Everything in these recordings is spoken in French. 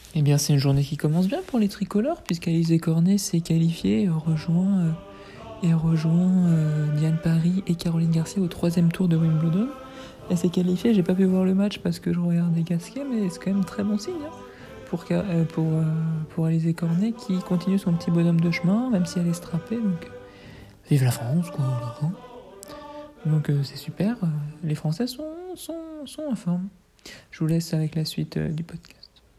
Eh bien, c'est une journée qui commence bien pour les tricolores, puisqu'Alizé Cornet s'est qualifiée et rejoint Diane Paris et Caroline Garcia au 3e tour de Wimbledon. Elle s'est qualifiée, j'ai pas pu voir le match parce que je regardais Gasquet, mais c'est quand même très bon signe pour Alizé Cornet qui continue son petit bonhomme de chemin, même si elle est strappée. Donc, vive la France, quoi. Donc c'est super, les Français sont en forme. Je vous laisse avec la suite du podcast.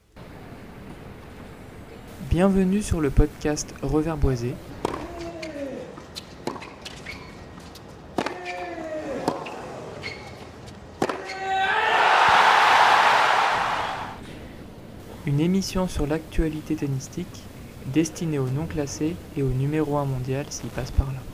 Bienvenue sur le podcast Reverboisé. Une émission sur l'actualité tennistique destinée aux non classés et au numéro 1 mondial s'il passe par là.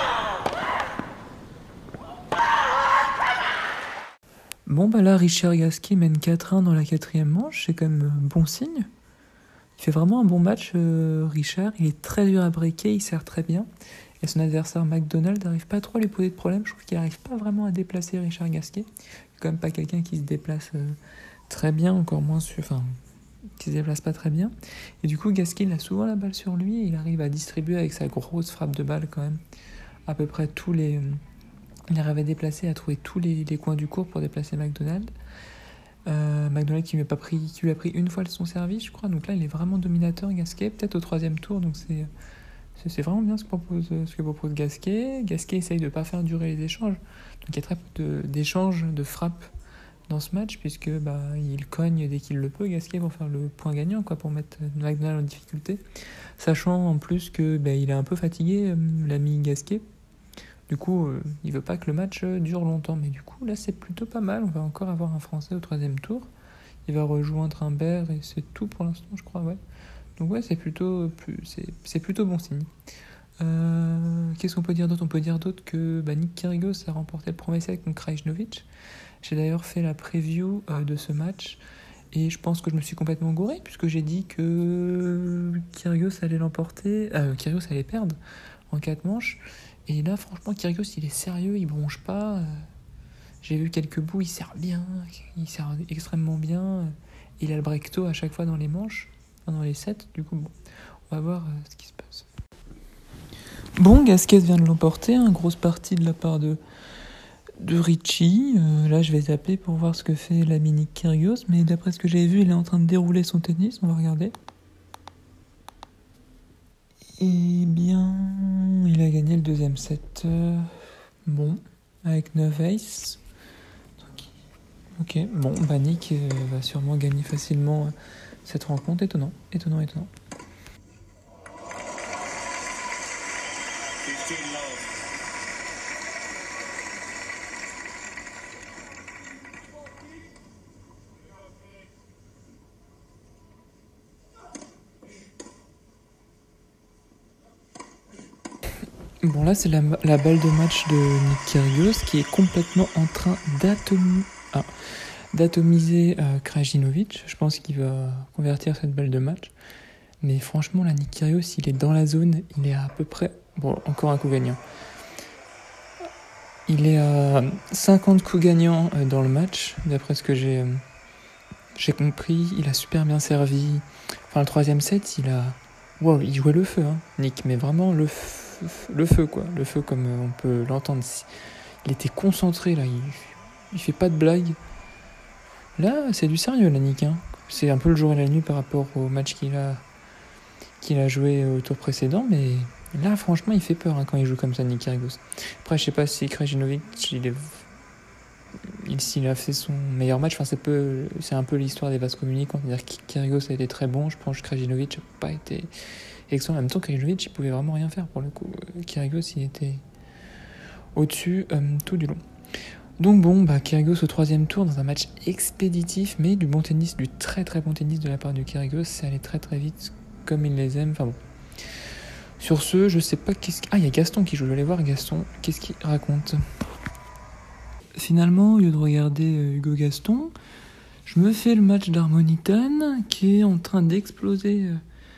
Bon bah là, Richard Gasquet mène 4-1 dans la 4e manche, c'est quand même bon signe. Il fait vraiment un bon match, Richard. Il est très dur à breaker, il sert très bien. Et son adversaire McDonald n'arrive pas trop à lui poser de problème. Je trouve qu'il n'arrive pas vraiment à déplacer Richard Gasquet. C'est quand même pas quelqu'un qui se déplace très bien, encore moins qui se déplace pas très bien. Et du coup, Gasquet, il a souvent la balle sur lui et il arrive à distribuer avec sa grosse frappe de balle quand même à peu près tous les... Il arrive à déplacer, à trouver tous les coins du court pour déplacer McDonald. McDonald qui lui a pris une fois son service, je crois. Donc là, il est vraiment dominateur, Gasquet, peut-être au 3e tour. Donc c'est vraiment bien ce que propose Gasquet. Gasquet essaye de ne pas faire durer les échanges. Donc il y a très peu d'échanges, de frappes dans ce match, puisque il cogne dès qu'il le peut, Gasquet, pour faire le point gagnant, quoi, pour mettre McDonald en difficulté. Sachant en plus que il est un peu fatigué, l'ami Gasquet. Du coup, il veut pas que le match dure longtemps. Mais du coup, là, c'est plutôt pas mal. On va encore avoir un Français au 3e tour. Il va rejoindre Humbert et c'est tout pour l'instant, je crois, ouais. Donc ouais, c'est plutôt bon signe. Qu'est-ce qu'on peut dire d'autre ? On peut dire d'autre que Nick Kyrgios a remporté le premier set contre Krajinovic. J'ai d'ailleurs fait la preview de ce match et je pense que je me suis complètement gouré puisque j'ai dit que Kyrgios allait perdre en 4 manches. Et là, franchement, Kyrgios, il est sérieux, il bronche pas. J'ai vu quelques bouts, il sert bien, il sert extrêmement bien. Il a le break-toe à chaque fois dans les manches, dans les sets. Du coup, on va voir ce qui se passe. Bon, Gasquet vient de l'emporter, grosse partie de la part de Richie. Là, je vais zapper pour voir ce que fait l'ami Nick Kyrgios. Mais d'après ce que j'ai vu, il est en train de dérouler son tennis. On va regarder. Eh bien, il a gagné le 2e set. Bon, avec 9 aces. Ok, bon, Nick va sûrement gagner facilement cette rencontre. Étonnant. Bon, là, c'est la balle de match de Nick Kyrgios qui est complètement en train d'atomiser Krajinovic. Je pense qu'il va convertir cette balle de match. Mais franchement, là, Nick Kyrgios, il est dans la zone. Il est à peu près... Bon, encore un coup gagnant. Il est à 50 coups gagnants dans le match, d'après ce que j'ai compris. Il a super bien servi. Enfin, le 3e set, il jouait le feu, Nick. Mais vraiment, le feu, quoi. Le feu comme on peut l'entendre. Il était concentré, là. Il fait pas de blague. Là, c'est du sérieux, là, Nick. C'est un peu le jour et la nuit par rapport au match qu'il a joué au tour précédent. Mais là, franchement, il fait peur quand il joue comme ça, Nick Kyrgios. Après, je sais pas si Krajinovic, s'il a fait son meilleur match. Enfin, c'est un peu l'histoire des vases communicants. C'est-à-dire que Kyrgios a été très bon. Je pense que Krajinovic n'a pas été excellent. En même temps, Krajinovic, il pouvait vraiment rien faire pour le coup. Kyrgios, il était au-dessus tout du long. Donc bon, Kyrgios au 3e tour dans un match expéditif, mais du bon tennis, du très très bon tennis de la part de Kyrgios. C'est allé très très vite, comme il les aime. Enfin bon. Sur ce, je sais pas il y a Gaston qui joue. Je vais aller voir Gaston. Qu'est-ce qu'il raconte ? Finalement, au lieu de regarder Hugo Gaston, je me fais le match d'Harmonitan qui est en train d'exploser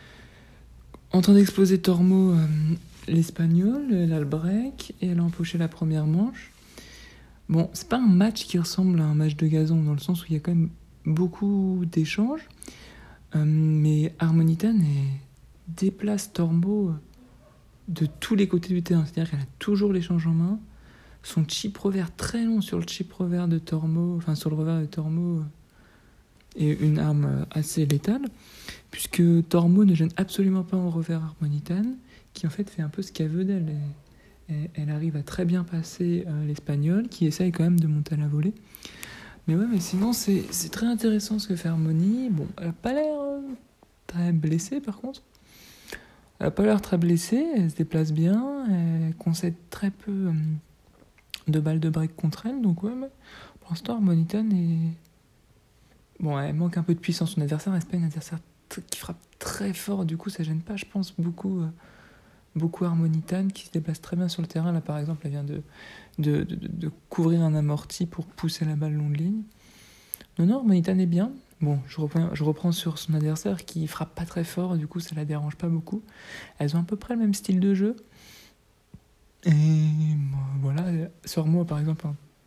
Tormo, l'Espagnol. Elle a le break et elle a empoché la première manche. Bon, c'est pas un match qui ressemble à un match de gazon dans le sens où il y a quand même beaucoup d'échanges. Mais Harmonitan déplace Tormo de tous les côtés du terrain. C'est-à-dire qu'elle a toujours l'échange en main. Son chip revers très long sur le chip revers de Tormo, enfin sur le revers de Tormo, est une arme assez létale, puisque Tormo ne gêne absolument pas en revers Harmonitan, qui en fait fait un peu ce qu'elle veut d'elle. Elle arrive à très bien passer l'Espagnol, qui essaye quand même de monter à la volée. Mais ouais, mais sinon c'est très intéressant ce que fait Harmony. Bon, elle a pas l'air très blessée par contre. Elle a pas l'air très blessée, elle se déplace bien, elle concède très peu de balles de break contre elle, donc ouais, mais pour l'instant Harmonitan est... Bon, elle manque un peu de puissance, son adversaire, c'est pas une adversaire qui frappe très fort, du coup ça gêne pas, je pense, beaucoup Harmonitan, qui se déplace très bien sur le terrain. Là par exemple, elle vient de couvrir un amorti pour pousser la balle long de ligne. Non, Harmonitan est bien. Bon, je reprends sur son adversaire qui frappe pas très fort, du coup ça la dérange pas beaucoup. Elles ont à peu près le même style de jeu. Et voilà, Sormo a par exemple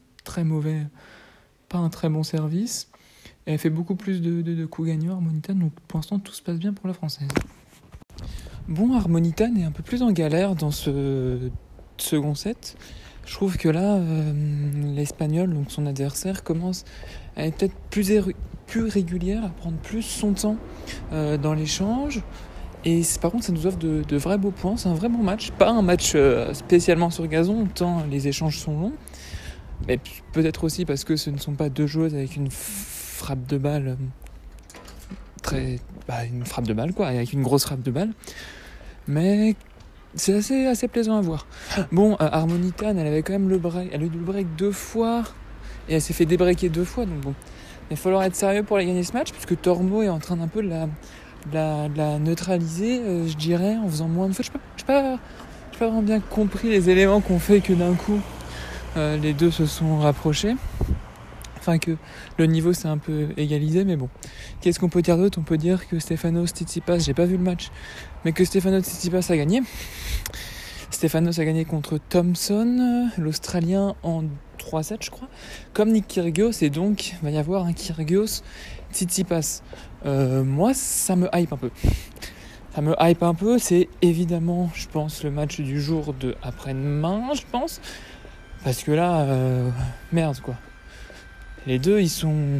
pas un très bon service. Et elle fait beaucoup plus de coups gagnants, Harmonitan, donc pour l'instant tout se passe bien pour la française. Bon, Harmonitan est un peu plus en galère dans ce second set. Je trouve que là, l'Espagnol, donc son adversaire, commence à être peut-être plus régulière, à prendre plus son temps dans l'échange. Et par contre, ça nous offre de vrais beaux points. C'est un vrai bon match. Pas un match spécialement sur gazon, tant les échanges sont longs. Mais peut-être aussi parce que ce ne sont pas deux joueuses avec une frappe de balle une frappe de balle, quoi, avec une grosse frappe de balle. Mais c'est assez plaisant à voir. Bon, Harmonitan, elle avait quand même le break. Elle a eu le break 2 fois. Et elle s'est fait débreaker 2 fois. Donc bon, il va falloir être sérieux pour aller gagner ce match, puisque Tormo est en train d'un peu de la neutraliser, je dirais, en faisant moins de fautes. Je n'ai pas vraiment bien compris les éléments qu'on fait que d'un coup les deux se sont rapprochés. Enfin, que le niveau s'est un peu égalisé, mais bon. Qu'est-ce qu'on peut dire d'autre ? On peut dire que Stefanos Tsitsipas, j'ai pas vu le match, mais que Stefanos Tsitsipas a gagné. Stefanos a gagné contre Thompson, l'Australien, en 3-7, je crois. Comme Nick Kyrgios, et donc, il va y avoir un Kyrgios Tsitsipas. Moi, ça me hype un peu. C'est évidemment, je pense, le match du jour de après-demain, je pense. Parce que là, merde, quoi. Les deux, ils sont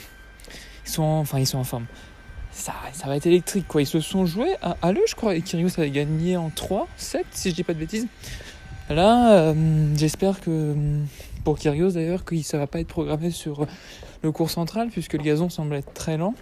en forme. Ça va être électrique, quoi. Ils se sont joués à l'eux, je crois. Et Kyrgios avait gagné en 3-7, si je dis pas de bêtises. Là, j'espère que, pour Kyrgios d'ailleurs, que ça va pas être programmé sur le court central, puisque le gazon semble être très lent.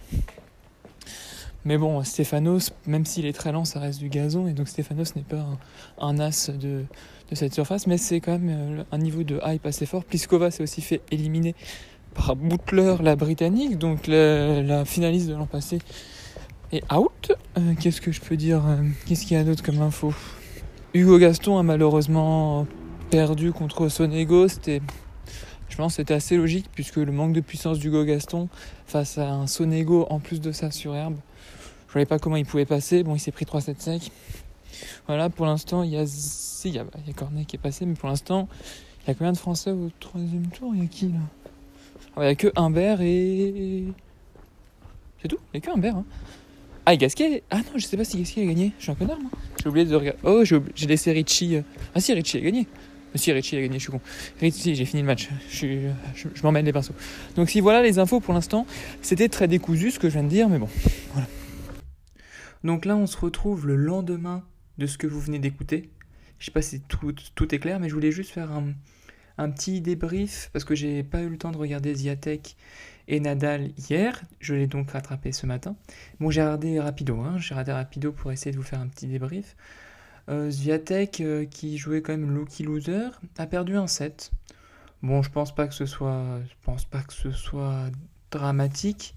Mais bon, Stefanos, même s'il est très lent, ça reste du gazon. Et donc Stefanos n'est pas un as de cette surface. Mais c'est quand même un niveau de hype assez fort. Pliskova s'est aussi fait éliminer par Butler, la Britannique, donc la finaliste de l'an passé est out. Qu'est-ce que je peux dire ? Qu'est-ce qu'il y a d'autre comme info ? Hugo Gaston a malheureusement perdu contre Sonego. Je pense que c'était assez logique, puisque le manque de puissance d'Hugo Gaston face à un Sonego en plus de ça sur herbe, je ne voyais pas comment il pouvait passer. Bon, il s'est pris 3-7 sec. Voilà, pour l'instant, il y a Cornet qui est passé, mais pour l'instant, il y a combien de Français au 3e tour ? Il y a qui là ? Il n'y a que Humbert et... C'est tout ? Il n'y a que Humbert. Hein. Ah, et Gasquet... Ah non, je sais pas si Gasquet a gagné. Je suis un connard, moi. J'ai oublié de regarder. Oh, j'ai laissé Ricci... Ah si, Ricci a gagné. Si, Ricci a gagné, je suis con. Ricci, j'ai fini le match. Je m'emmène les pinceaux. Donc si voilà les infos pour l'instant. C'était très décousu ce que je viens de dire, mais bon. Voilà. Donc là, on se retrouve le lendemain de ce que vous venez d'écouter. Je sais pas si tout est clair, mais je voulais juste faire un petit débrief, parce que j'ai pas eu le temps de regarder Swiatek et Nadal hier, je l'ai donc rattrapé ce matin. Bon, j'ai regardé rapido pour essayer de vous faire un petit débrief. Swiatek, qui jouait quand même lucky loser, a perdu un set. Bon, je pense pas que ce soit dramatique.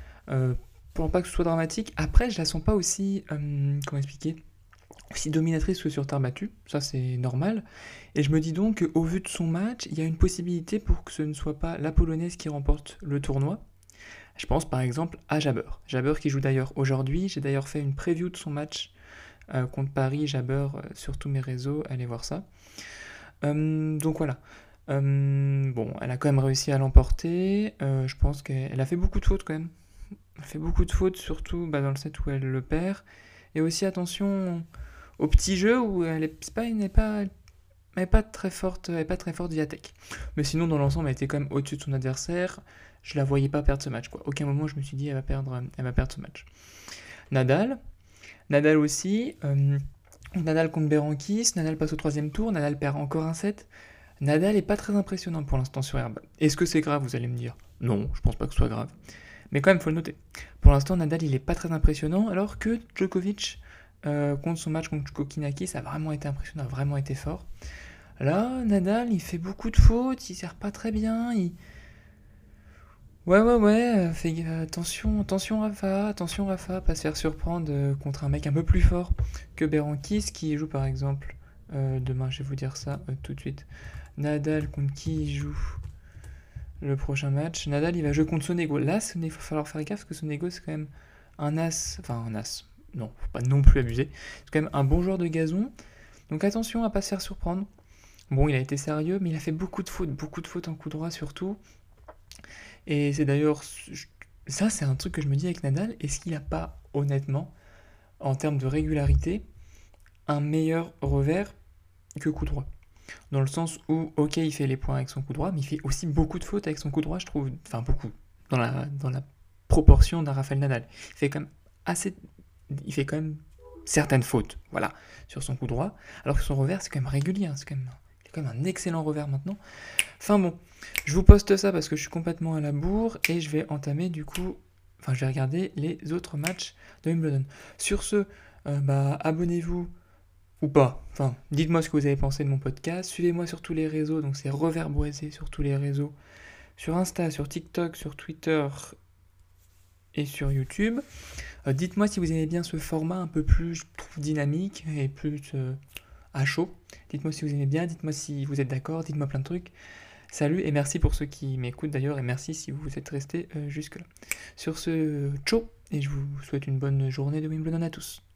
Après, je la sens pas aussi, comment expliquer, aussi dominatrice que sur terre battue, ça c'est normal. Et je me dis donc qu'au vu de son match, il y a une possibilité pour que ce ne soit pas la Polonaise qui remporte le tournoi. Je pense par exemple à Jabeur. Jabeur qui joue d'ailleurs aujourd'hui. J'ai d'ailleurs fait une preview de son match contre Paris, Jabeur, sur tous mes réseaux. Allez voir ça. Donc voilà. Bon, elle a quand même réussi à l'emporter. Je pense qu'elle a fait beaucoup de fautes quand même. Elle fait beaucoup de fautes, surtout dans le set où elle le perd. Et aussi attention au petit jeu où elle n'est pas très forte, via tech. Mais sinon, dans l'ensemble, elle était quand même au-dessus de son adversaire. Je la voyais pas perdre ce match, quoi. Aucun moment, je me suis dit, elle va perdre ce match. Nadal aussi. Nadal contre Berankis. Nadal passe au 3e tour. Nadal perd encore un set. Nadal est pas très impressionnant pour l'instant sur herbe. Est-ce que c'est grave, vous allez me dire? Non, je pense pas que ce soit grave. Mais quand même, faut le noter. Pour l'instant, Nadal, il est pas très impressionnant, alors que Djokovic, contre son match contre Kokinakis, ça a vraiment été impressionnant, a vraiment été fort. Là, Nadal, il fait beaucoup de fautes, il sert pas très bien, Ouais, attention Rafa, pas se faire surprendre contre un mec un peu plus fort que Berankis, qui joue par exemple, demain, je vais vous dire ça tout de suite. Nadal contre qui il joue le prochain match? Nadal, il va jouer contre Sonego. Là, il va falloir faire gaffe, parce que Sonego, c'est quand même un as, non, faut pas non plus abuser, c'est quand même un bon joueur de gazon, donc attention à pas se faire surprendre. Bon, il a été sérieux, mais il a fait beaucoup de fautes en coup droit surtout. Et c'est d'ailleurs, ça c'est un truc que je me dis avec Nadal, est-ce qu'il a pas, honnêtement, en termes de régularité, un meilleur revers que coup droit? Dans le sens où, ok, il fait les points avec son coup droit, mais il fait aussi beaucoup de fautes avec son coup droit, je trouve, enfin beaucoup, dans la proportion d'un Rafael Nadal. Il fait quand même certaines fautes, voilà, sur son coup droit, alors que son revers, c'est quand même régulier, il a quand même un excellent revers maintenant. Enfin bon, je vous poste ça parce que je suis complètement à la bourre et je vais entamer je vais regarder les autres matchs de Wimbledon. Sur ce, abonnez-vous ou pas. Enfin, dites-moi ce que vous avez pensé de mon podcast. Suivez-moi sur tous les réseaux, donc c'est Reverboisé sur tous les réseaux. Sur Insta, sur TikTok, sur Twitter et sur YouTube. Dites-moi si vous aimez bien ce format un peu plus, je trouve, dynamique et plus à chaud. Dites-moi si vous aimez bien, dites-moi si vous êtes d'accord, dites-moi plein de trucs. Salut et merci pour ceux qui m'écoutent d'ailleurs et merci si vous êtes restés jusque là. Sur ce, ciao et je vous souhaite une bonne journée de Wimbledon à tous.